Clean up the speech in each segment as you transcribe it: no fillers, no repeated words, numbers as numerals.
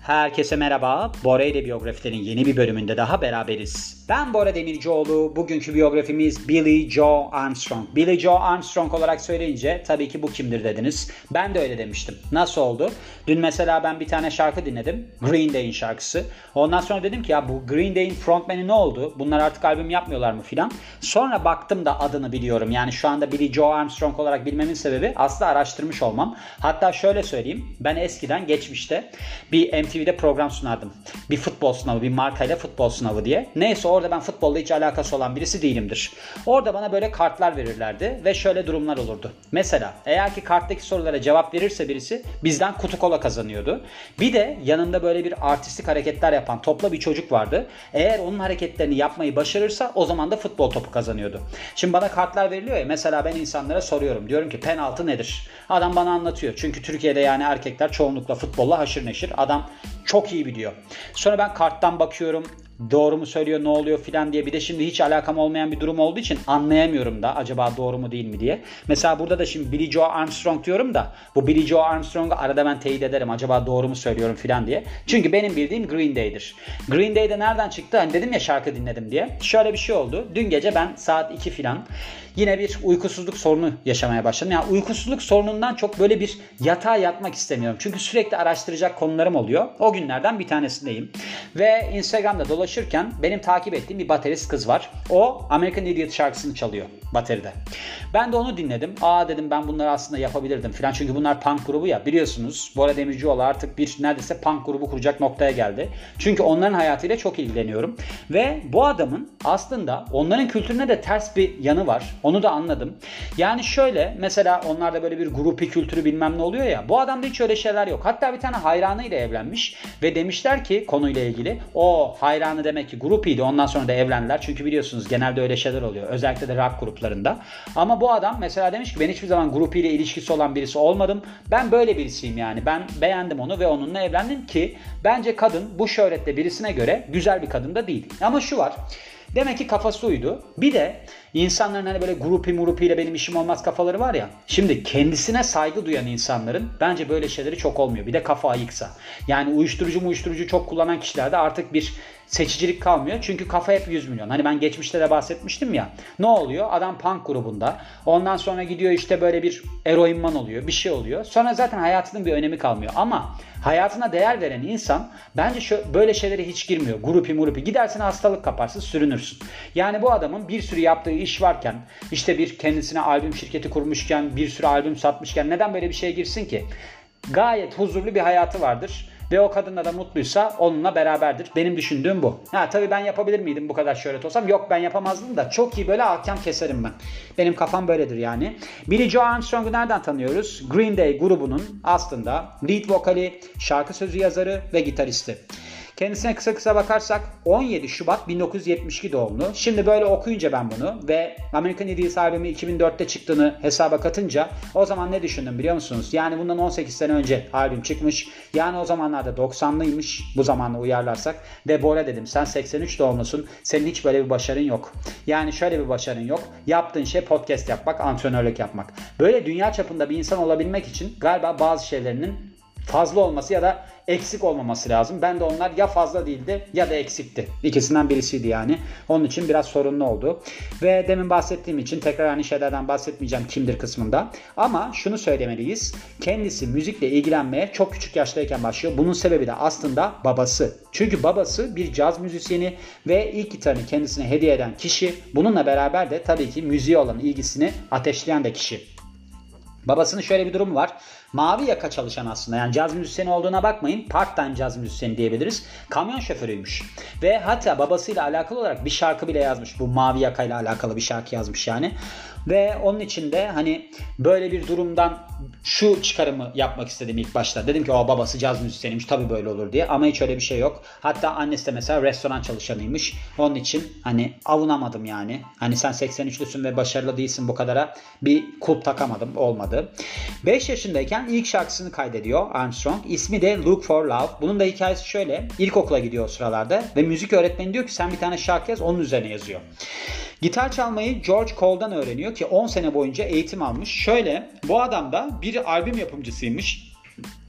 Herkese merhaba. Bora ile biyografilerin yeni bir bölümünde daha beraberiz. Ben Bora Demircioğlu. Bugünkü biyografimiz Billie Joe Armstrong. Billie Joe Armstrong olarak söyleyince tabii ki bu kimdir dediniz. Ben de öyle demiştim. Nasıl oldu? Dün mesela ben bir tane şarkı dinledim. Green Day'in şarkısı. Ondan sonra dedim ki ya bu Green Day'in frontman'i ne oldu? Bunlar artık albüm yapmıyorlar mı filan. Sonra baktım da adını biliyorum. Yani şu anda Billie Joe Armstrong olarak bilmemin sebebi aslında araştırmış olmam. Hatta şöyle söyleyeyim. Ben eskiden geçmişte bir MTV'de program sunardım. Bir futbol sınavı, bir markayla futbol sınavı diye. Neyse orada ben futbolla hiç alakası olan birisi değilimdir. Orada bana böyle kartlar verirlerdi ve şöyle durumlar olurdu. Mesela eğer ki karttaki sorulara cevap verirse birisi bizden kutu kola kazanıyordu. Bir de yanında böyle bir artistik hareketler yapan topla bir çocuk vardı. Eğer onun hareketlerini yapmayı başarırsa o zaman da futbol topu kazanıyordu. Şimdi bana kartlar veriliyor ya, mesela ben insanlara soruyorum. Diyorum ki penaltı nedir? Adam bana anlatıyor. Çünkü Türkiye'de yani erkekler çoğunlukla futbolla haşır neşir. Adam çok iyi biliyor. Sonra ben karttan bakıyorum. Doğru mu söylüyor, ne oluyor filan diye. Bir de şimdi hiç alakam olmayan bir durum olduğu için anlayamıyorum da acaba doğru mu değil mi diye. Mesela burada da şimdi Billie Joe Armstrong diyorum da bu Billie Joe Armstrong'u arada ben teyit ederim. Acaba doğru mu söylüyorum filan diye. Çünkü benim bildiğim Green Day'dir. Green Day'de nereden çıktı? Hani dedim ya şarkı dinledim diye. Şöyle bir şey oldu. Dün gece ben saat 2 filan yine bir uykusuzluk sorunu yaşamaya başladım. Yani uykusuzluk sorunundan çok böyle bir yatağa yatmak istemiyorum. Çünkü sürekli araştıracak konularım oluyor. O günlerden bir tanesindeyim. Ve Instagram'da dolaşırken benim takip ettiğim bir baterist kız var. O American Idiot şarkısını çalıyor bateride. Ben de onu dinledim. Aa dedim, ben bunları aslında yapabilirdim falan. Çünkü bunlar punk grubu ya, biliyorsunuz. Bora Demircioğlu artık bir neredeyse punk grubu kuracak noktaya geldi. Çünkü onların hayatıyla çok ilgileniyorum. Ve bu adamın aslında onların kültürüne de ters bir yanı var. Onu da anladım. Yani şöyle, mesela onlarda böyle bir grupi kültürü bilmem ne oluyor ya. Bu adamda hiç öyle şeyler yok. Hatta bir tane hayranıyla evlenmiş ve demişler ki konuyla ilgili, o hayranı demek ki grupiydi. Ondan sonra da evlendiler. Çünkü biliyorsunuz genelde öyle şeyler oluyor. Özellikle de rock gruplarında. Ama bu adam mesela demiş ki ben hiçbir zaman grupiyle ilişkisi olan birisi olmadım. Ben böyle birisiyim yani. Ben beğendim onu ve onunla evlendim ki bence kadın bu şöhretle birisine göre güzel bir kadın da değil. Ama şu var. Demek ki kafası uydu. Bir de insanların hani böyle grupiyle benim işim olmaz kafaları var ya. Şimdi kendisine saygı duyan insanların bence böyle şeyleri çok olmuyor. Bir de kafa ayıksa. Yani uyuşturucu çok kullanan kişilerde artık bir seçicilik kalmıyor. Çünkü kafa hep 100 milyon. Hani ben geçmişte de bahsetmiştim ya. Ne oluyor? Adam punk grubunda. Ondan sonra gidiyor işte böyle bir eroinman oluyor. Bir şey oluyor. Sonra zaten hayatının bir önemi kalmıyor. Ama hayatına değer veren insan bence böyle şeylere hiç girmiyor. Grupi. Gidersin hastalık kaparsın, sürünürsün. Yani bu adamın bir sürü yaptığı iş varken, işte bir kendisine albüm şirketi kurmuşken, bir sürü albüm satmışken neden böyle bir şeye girsin ki? Gayet huzurlu bir hayatı vardır. Ve o kadınla da mutluysa onunla beraberdir. Benim düşündüğüm bu. Tabii ben yapabilir miydim bu kadar şöhret olsam? Yok, ben yapamazdım da çok iyi böyle ahkam keserim ben. Benim kafam böyledir yani. Billie Joe Armstrong'u nereden tanıyoruz? Green Day grubunun aslında lead vokali, şarkı sözü yazarı ve gitaristi. Kendisine kısa bakarsak 17 Şubat 1972 doğumlu. Şimdi böyle okuyunca ben bunu ve American Idiot albümü 2004'te çıktığını hesaba katınca o zaman ne düşündüm biliyor musunuz? Yani bundan 18 sene önce albüm çıkmış. Yani o zamanlarda 90'lıymış, bu zamanla uyarlarsak. Ve Bora dedim, sen 83 doğumlusun. Senin hiç böyle bir başarın yok. Yani şöyle bir başarın yok. Yaptığın şey podcast yapmak, antrenörlük yapmak. Böyle dünya çapında bir insan olabilmek için galiba bazı şeylerinin fazla olması ya da eksik olmaması lazım. Ben de onlar ya fazla değildi ya da eksikti. İkisinden birisiydi yani. Onun için biraz sorunlu oldu. Ve demin bahsettiğim için tekrar aynı şeylerden bahsetmeyeceğim kimdir kısmında. Ama şunu söylemeliyiz. Kendisi müzikle ilgilenmeye çok küçük yaştayken başlıyor. Bunun sebebi de aslında babası. Çünkü babası bir caz müzisyeni ve ilk gitarını kendisine hediye eden kişi. Bununla beraber de tabii ki müziğe olan ilgisini ateşleyen de kişi. Babasının şöyle bir durumu var. Mavi yaka çalışan aslında, yani caz müzisyeni olduğuna bakmayın, part-time caz müzisyeni diyebiliriz. Kamyon şoförüymüş. Ve hatta babasıyla alakalı olarak bir şarkı bile yazmış. Bu mavi yakayla alakalı bir şarkı yazmış yani. Ve onun için de hani böyle bir durumdan şu çıkarımı yapmak istedim ilk başta. Dedim ki o babası caz müzisyeniymiş, tabii böyle olur diye. Ama hiç öyle bir şey yok. Hatta annesi de mesela restoran çalışanıymış. Onun için hani avunamadım yani. Hani sen 83'lüsün ve başarılı değilsin, bu kadara bir kulp takamadım, olmadı. 5 yaşındayken ilk şarkısını kaydediyor Armstrong. İsmi de Look for Love. Bunun da hikayesi şöyle. İlkokula gidiyor o sıralarda ve müzik öğretmeni diyor ki sen bir tane şarkı yaz, onun üzerine yazıyor. Gitar çalmayı George Cole'dan öğreniyor ki 10 sene boyunca eğitim almış. Şöyle, bu adam da bir albüm yapımcısıymış.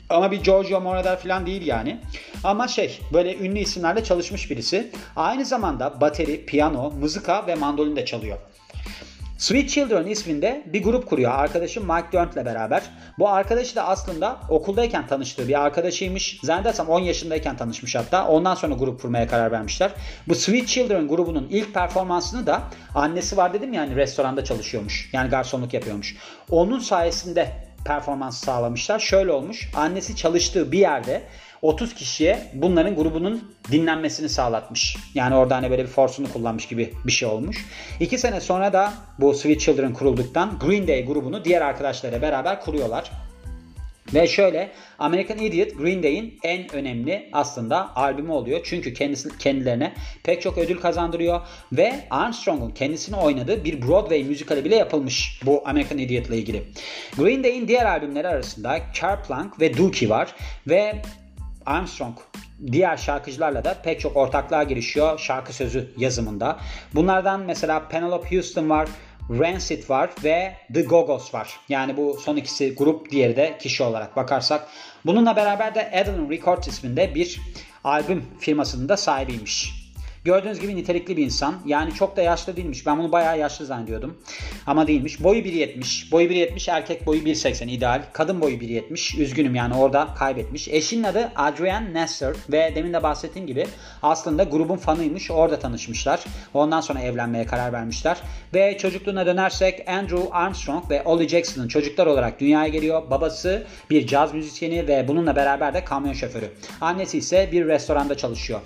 Ama bir Giorgio Moroder falan değil yani. Ama böyle ünlü isimlerle çalışmış birisi. Aynı zamanda bateri, piyano, mızıka ve mandolin de çalıyor. Sweet Children isminde bir grup kuruyor arkadaşım Mike Dirnt'le beraber. Bu arkadaşı da aslında okuldayken tanıştığı bir arkadaşıymış. Zannedersem 10 yaşındayken tanışmış hatta. Ondan sonra grup kurmaya karar vermişler. Bu Sweet Children grubunun ilk performansını da annesi var dedim ya, hani restoranda çalışıyormuş. Yani garsonluk yapıyormuş. Onun sayesinde performans sağlamışlar. Şöyle olmuş. Annesi çalıştığı bir yerde 30 kişiye bunların grubunun dinlenmesini sağlatmış. Yani orada hani böyle bir forsunu kullanmış gibi bir şey olmuş. 2 sene sonra da bu Sweet Children kurulduktan Green Day grubunu diğer arkadaşlarıyla beraber kuruyorlar. Ve şöyle, American Idiot Green Day'in en önemli aslında albümü oluyor. Çünkü kendilerine pek çok ödül kazandırıyor ve Armstrong'un kendisini oynadığı bir Broadway müzikali bile yapılmış bu American Idiot ile ilgili. Green Day'in diğer albümleri arasında Kerplunk ve Dookie var ve Armstrong diğer şarkıcılarla da pek çok ortaklığa girişiyor şarkı sözü yazımında. Bunlardan mesela Penelope Houston var, Rancid var ve The Go-Go's var. Yani bu son ikisi grup, diğeri de kişi olarak bakarsak. Bununla beraber de Adlon Records isminde bir albüm firmasının da sahibiymiş. Gördüğünüz gibi nitelikli bir insan. Yani çok da yaşlı değilmiş. Ben bunu bayağı yaşlı zannediyordum. Ama değilmiş. Boyu 1.70. Boyu 1.70, erkek boyu 1.80 ideal. Kadın boyu 1.70. Üzgünüm yani, orada kaybetmiş. Eşinin adı Adrienne Nasser ve demin de bahsettiğim gibi aslında grubun fanıymış. Orada tanışmışlar. Ondan sonra evlenmeye karar vermişler. Ve çocukluğuna dönersek Andrew Armstrong ve Ollie Jackson'ın çocuklar olarak dünyaya geliyor. Babası bir caz müzisyeni ve bununla beraber de kamyon şoförü. Annesi ise bir restoranda çalışıyor.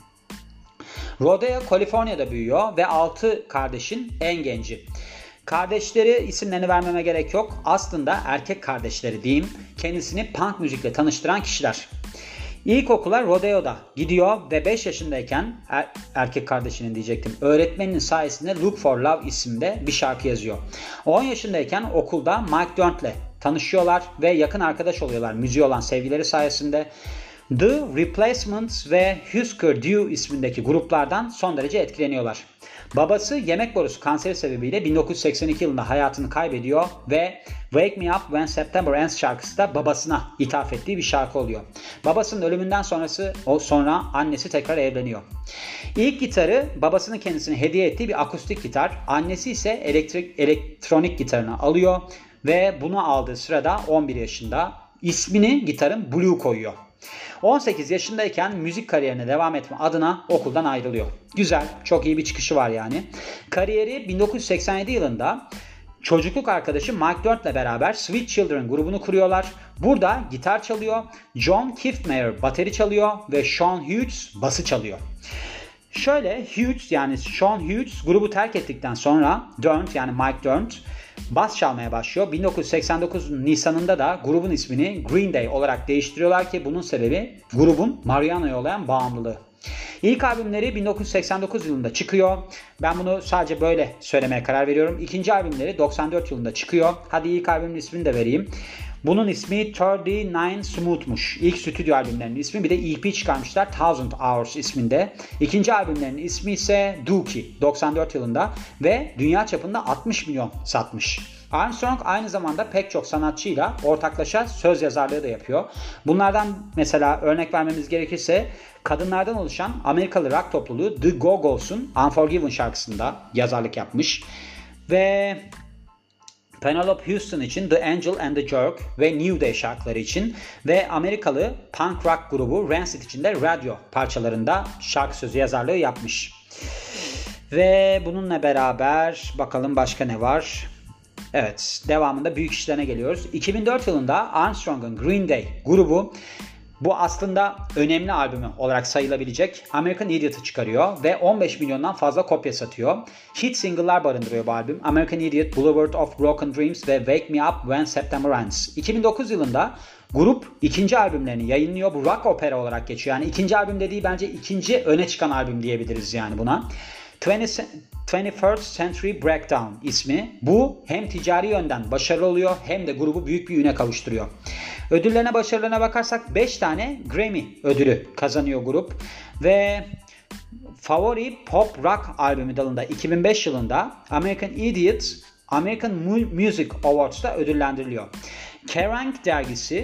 Rodeo, Kaliforniya'da büyüyor ve 6 kardeşin en genci. Kardeşleri isimlerini vermeme gerek yok. Aslında erkek kardeşleri diyeyim. Kendisini punk müzikle tanıştıran kişiler. İlkokula Rodeo'da gidiyor ve 5 yaşındayken erkek kardeşinin diyecektim, öğretmeninin sayesinde Look for Love isimde bir şarkı yazıyor. 10 yaşındayken okulda Mike Dirnt'le tanışıyorlar ve yakın arkadaş oluyorlar müziği olan sevgileri sayesinde. The Replacements ve Husker Du ismindeki gruplardan son derece etkileniyorlar. Babası yemek borusu kanseri sebebiyle 1982 yılında hayatını kaybediyor ve Wake Me Up When September Ends şarkısı da babasına ithaf ettiği bir şarkı oluyor. Babasının ölümünden sonra annesi tekrar evleniyor. İlk gitarı babasının kendisine hediye ettiği bir akustik gitar, annesi ise elektronik gitarını alıyor ve bunu aldığı sırada 11 yaşında ismini gitarın Blue koyuyor. 18 yaşındayken müzik kariyerine devam etme adına okuldan ayrılıyor. Güzel, çok iyi bir çıkışı var yani. Kariyeri 1987 yılında çocukluk arkadaşı Mike Dirnt'le beraber Sweet Children grubunu kuruyorlar. Burada gitar çalıyor, John Kiftmeyer bateri çalıyor ve Sean Hughes bası çalıyor. Şöyle, Sean Hughes grubu terk ettikten sonra Dirnt yani Mike Dirnt bas çalmaya başlıyor. 1989 Nisan'ında da grubun ismini Green Day olarak değiştiriyorlar ki bunun sebebi grubun marihuana'ya olan bağımlılığı. İlk albümleri 1989 yılında çıkıyor. Ben bunu sadece böyle söylemeye karar veriyorum. İkinci albümleri 94 yılında çıkıyor. Hadi ilk albümün ismini de vereyim. Bunun ismi 39 Smooth'muş. İlk stüdyo albümlerinin ismi. Bir de EP çıkarmışlar 1000 Hours isminde. İkinci albümlerinin ismi ise Dookie 94 yılında ve dünya çapında 60 milyon satmış. Armstrong aynı zamanda pek çok sanatçıyla ortaklaşa söz yazarlığı da yapıyor. Bunlardan mesela örnek vermemiz gerekirse kadınlardan oluşan Amerikalı rock topluluğu The Go-Go's'un Unforgiven şarkısında yazarlık yapmış. Ve Penelope Houston için The Angel and the Jerk ve New Day şarkıları için ve Amerikalı punk rock grubu Rancid için de radyo parçalarında şarkı sözü yazarlığı yapmış. Ve bununla beraber bakalım başka ne var? Evet, devamında büyük işlerine geliyoruz. 2004 yılında Armstrong'un Green Day grubu bu aslında önemli albümü olarak sayılabilecek American Idiot'ı çıkarıyor ve 15 milyondan fazla kopya satıyor. Hit single'lar barındırıyor bu albüm. American Idiot, Boulevard of Broken Dreams ve Wake Me Up When September Ends. 2009 yılında grup ikinci albümlerini yayınlıyor. Bu rock opera olarak geçiyor. Yani ikinci albüm dediği bence ikinci öne çıkan albüm diyebiliriz yani buna. 21st Century Breakdown ismi. Bu hem ticari yönden başarılı oluyor hem de grubu büyük bir üne kavuşturuyor. Ödüllerine, başarılarına bakarsak 5 tane Grammy ödülü kazanıyor grup ve favori pop rock albümü dalında 2005 yılında American Idiot American Music Awards'ta ödüllendiriliyor. Kerrang dergisi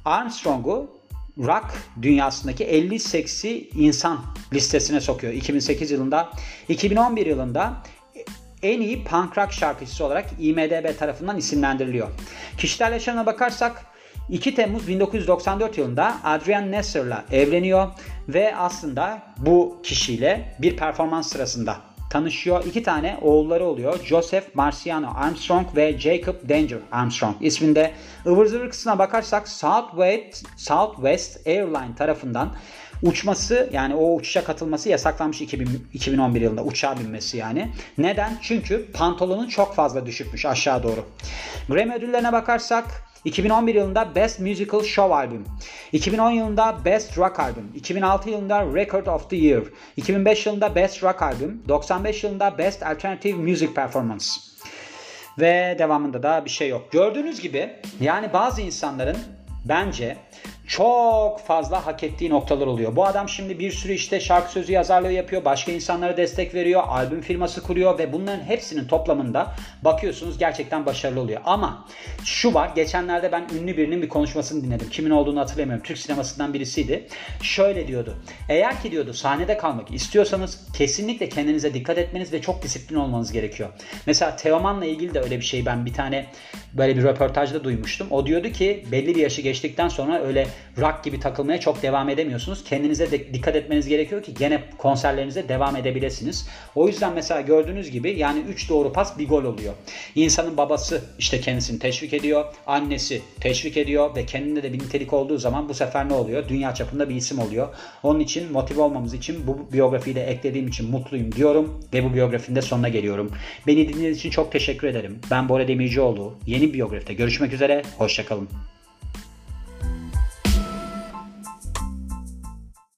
Armstrong'u rock dünyasındaki 50 seksi insan listesine sokuyor 2008 yılında. 2011 yılında en iyi punk rock şarkıcısı olarak IMDb tarafından isimlendiriliyor. Kişisel yaşamına bakarsak 2 Temmuz 1994 yılında Adrian Nesser'la evleniyor ve aslında bu kişiyle bir performans sırasında tanışıyor. 2 tane oğulları oluyor. Joseph Marciano Armstrong ve Jacob Danger Armstrong isminde. Ivır zıvır kısmına bakarsak Southwest Airlines tarafından uçması, yani o uçuşa katılması yasaklanmış 2011 yılında, uçağa binmesi yani. Neden? Çünkü pantolonu çok fazla düşükmüş aşağı doğru. Grammy ödüllerine bakarsak 2011 yılında Best Musical Show Album, 2010 yılında Best Rock Album, 2006 yılında Record of the Year, 2005 yılında Best Rock Album, 95 yılında Best Alternative Music Performance. Ve devamında da bir şey yok. Gördüğünüz gibi yani bazı insanların bence çok fazla hak ettiği noktalar oluyor. Bu adam şimdi bir sürü işte şarkı sözü yazarlığı yapıyor. Başka insanlara destek veriyor. Albüm firması kuruyor ve bunların hepsinin toplamında bakıyorsunuz gerçekten başarılı oluyor. Ama şu var. Geçenlerde ben ünlü birinin bir konuşmasını dinledim. Kimin olduğunu hatırlamıyorum. Türk sinemasından birisiydi. Şöyle diyordu. Eğer ki diyordu sahnede kalmak istiyorsanız kesinlikle kendinize dikkat etmeniz ve çok disiplin olmanız gerekiyor. Mesela Teoman'la ilgili de öyle bir şey ben bir tane böyle bir röportajda duymuştum. O diyordu ki belli bir yaşı geçtikten sonra öyle rock gibi takılmaya çok devam edemiyorsunuz. Kendinize de dikkat etmeniz gerekiyor ki gene konserlerinize devam edebilirsiniz. O yüzden mesela gördüğünüz gibi yani 3 doğru pas bir gol oluyor. İnsanın babası işte kendisini teşvik ediyor. Annesi teşvik ediyor ve kendinde de bir nitelik olduğu zaman bu sefer ne oluyor? Dünya çapında bir isim oluyor. Onun için motive olmamız için bu biyografiyi de eklediğim için mutluyum diyorum ve bu biyografinin de sonuna geliyorum. Beni dinlediğiniz için çok teşekkür ederim. Ben Bora Demircioğlu. Yeni bir biyografide görüşmek üzere. Hoşça kalın.